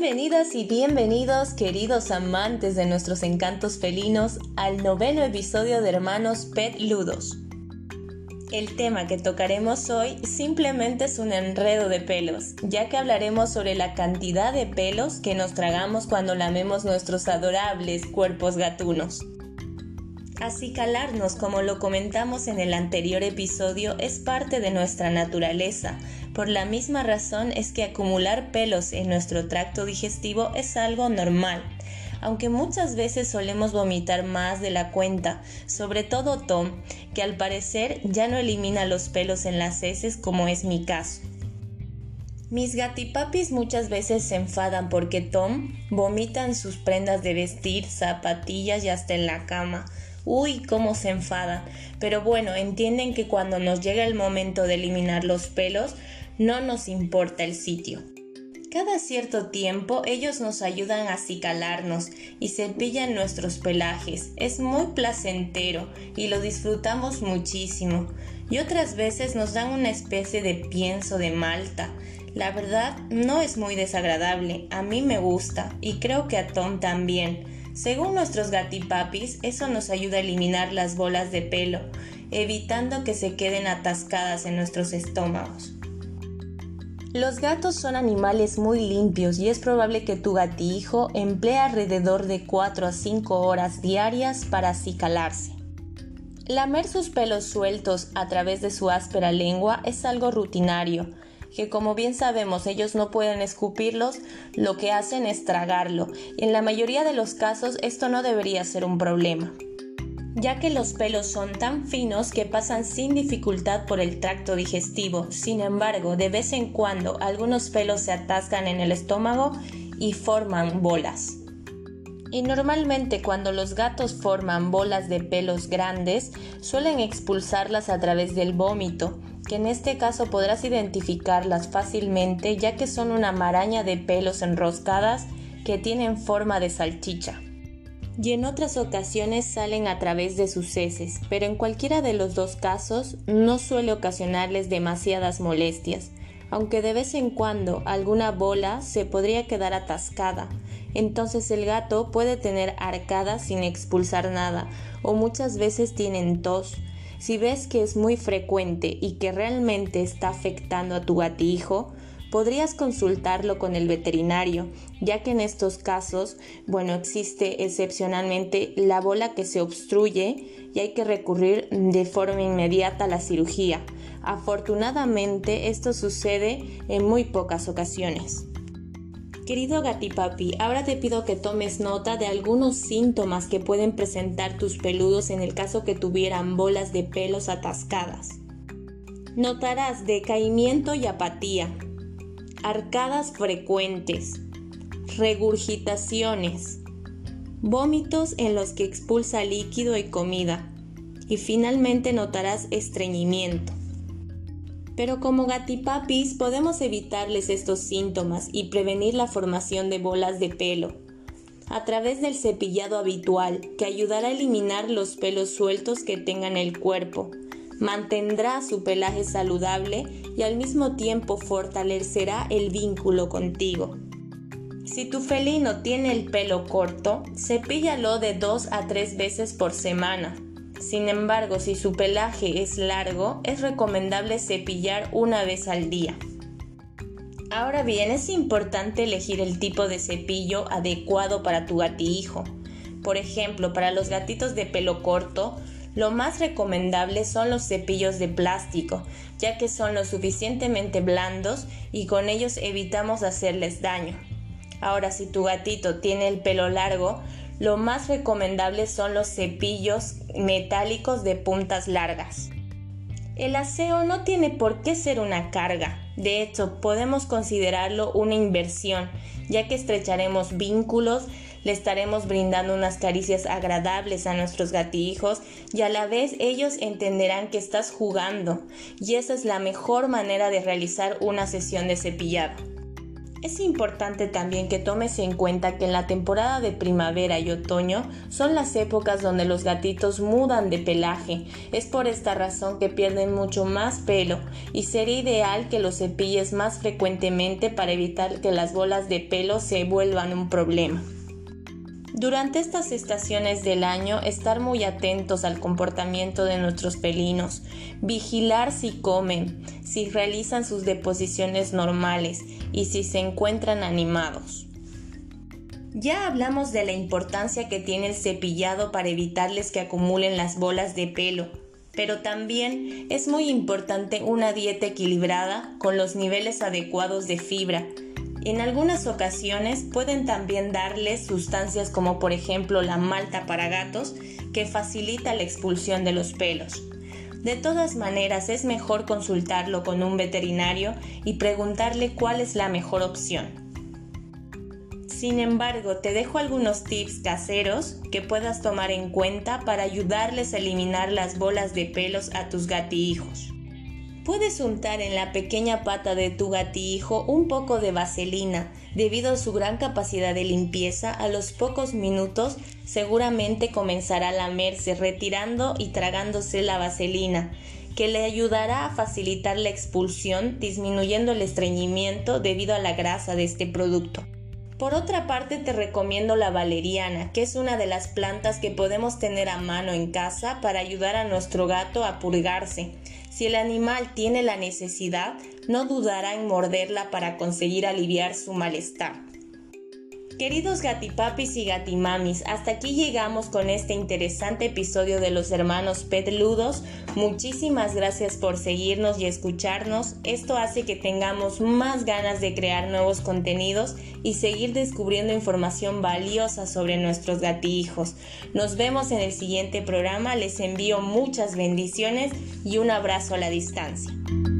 Bienvenidas y bienvenidos, queridos amantes de nuestros encantos felinos, al 9º episodio de Hermanos Pet Ludos. El tema que tocaremos hoy simplemente es un enredo de pelos, ya que hablaremos sobre la cantidad de pelos que nos tragamos cuando lamemos nuestros adorables cuerpos gatunos. Acicalarnos, como lo comentamos en el anterior episodio, es parte de nuestra naturaleza. Por la misma razón es que acumular pelos en nuestro tracto digestivo es algo normal, aunque muchas veces solemos vomitar más de la cuenta, sobre todo Tom, que al parecer ya no elimina los pelos en las heces como es mi caso. Mis gatipapis muchas veces se enfadan porque Tom vomita en sus prendas de vestir, zapatillas y hasta en la cama. Uy, cómo se enfadan, pero bueno, entienden que cuando nos llega el momento de eliminar los pelos, no nos importa el sitio. Cada cierto tiempo ellos nos ayudan a acicalarnos y cepillan nuestros pelajes. Es muy placentero y lo disfrutamos muchísimo. Y otras veces nos dan una especie de pienso de malta. La verdad no es muy desagradable, a mí me gusta y creo que a Tom también. Según nuestros gatipapis, eso nos ayuda a eliminar las bolas de pelo, evitando que se queden atascadas en nuestros estómagos. Los gatos son animales muy limpios y es probable que tu gatihijo emplee alrededor de 4 a 5 horas diarias para acicalarse. Lamer sus pelos sueltos a través de su áspera lengua es algo rutinario, que como bien sabemos ellos no pueden escupirlos, lo que hacen es tragarlo, y en la mayoría de los casos esto no debería ser un problema, ya que los pelos son tan finos que pasan sin dificultad por el tracto digestivo. Sin embargo, de vez en cuando algunos pelos se atascan en el estómago y forman bolas. Y normalmente cuando los gatos forman bolas de pelos grandes, suelen expulsarlas a través del vómito, que en este caso podrás identificarlas fácilmente ya que son una maraña de pelos enroscadas que tienen forma de salchicha. Y en otras ocasiones salen a través de sus heces, pero en cualquiera de los dos casos no suele ocasionarles demasiadas molestias, aunque de vez en cuando alguna bola se podría quedar atascada. Entonces el gato puede tener arcadas sin expulsar nada, o muchas veces tienen tos. Si ves que es muy frecuente y que realmente está afectando a tu gatihijo, podrías consultarlo con el veterinario, ya que en estos casos, existe excepcionalmente la bola que se obstruye y hay que recurrir de forma inmediata a la cirugía. Afortunadamente, esto sucede en muy pocas ocasiones. Querido gatipapi, ahora te pido que tomes nota de algunos síntomas que pueden presentar tus peludos en el caso que tuvieran bolas de pelos atascadas. Notarás decaimiento y apatía, arcadas frecuentes, regurgitaciones, vómitos en los que expulsa líquido y comida, y finalmente notarás estreñimiento. Pero como gatipapis podemos evitarles estos síntomas y prevenir la formación de bolas de pelo a través del cepillado habitual, que ayudará a eliminar los pelos sueltos que tengan el cuerpo, mantendrá su pelaje saludable y al mismo tiempo fortalecerá el vínculo contigo. Si tu felino tiene el pelo corto, cepíllalo de 2 a 3 veces por semana. Sin embargo, si su pelaje es largo, es recomendable cepillar una vez al día. Ahora bien, es importante elegir el tipo de cepillo adecuado para tu gatihijo. Por ejemplo, para los gatitos de pelo corto, lo más recomendable son los cepillos de plástico, ya que son lo suficientemente blandos y con ellos evitamos hacerles daño. Ahora, si tu gatito tiene el pelo largo, lo más recomendable son los cepillos metálicos de puntas largas. El aseo no tiene por qué ser una carga. De hecho, podemos considerarlo una inversión, ya que estrecharemos vínculos, le estaremos brindando unas caricias agradables a nuestros gatihijos y a la vez ellos entenderán que estás jugando, y esa es la mejor manera de realizar una sesión de cepillado. Es importante también que tomes en cuenta que en la temporada de primavera y otoño son las épocas donde los gatitos mudan de pelaje. Es por esta razón que pierden mucho más pelo y sería ideal que los cepilles más frecuentemente para evitar que las bolas de pelo se vuelvan un problema. Durante estas estaciones del año, estar muy atentos al comportamiento de nuestros felinos, vigilar si comen, si realizan sus deposiciones normales y si se encuentran animados. Ya hablamos de la importancia que tiene el cepillado para evitarles que acumulen las bolas de pelo, pero también es muy importante una dieta equilibrada con los niveles adecuados de fibra. En algunas ocasiones pueden también darles sustancias como por ejemplo la malta para gatos, que facilita la expulsión de los pelos. De todas maneras, es mejor consultarlo con un veterinario y preguntarle cuál es la mejor opción. Sin embargo, te dejo algunos tips caseros que puedas tomar en cuenta para ayudarles a eliminar las bolas de pelos a tus gatihijos. Puedes untar en la pequeña pata de tu gatihijo un poco de vaselina. Debido a su gran capacidad de limpieza, a los pocos minutos seguramente comenzará a lamerse, retirando y tragándose la vaselina, que le ayudará a facilitar la expulsión, disminuyendo el estreñimiento debido a la grasa de este producto. Por otra parte, te recomiendo la valeriana, que es una de las plantas que podemos tener a mano en casa para ayudar a nuestro gato a purgarse. Si el animal tiene la necesidad, no dudará en morderla para conseguir aliviar su malestar. Queridos gatipapis y gatimamis, hasta aquí llegamos con este interesante episodio de los hermanos Petludos. Muchísimas gracias por seguirnos y escucharnos. Esto hace que tengamos más ganas de crear nuevos contenidos y seguir descubriendo información valiosa sobre nuestros gatihijos. Nos vemos en el siguiente programa. Les envío muchas bendiciones y un abrazo a la distancia.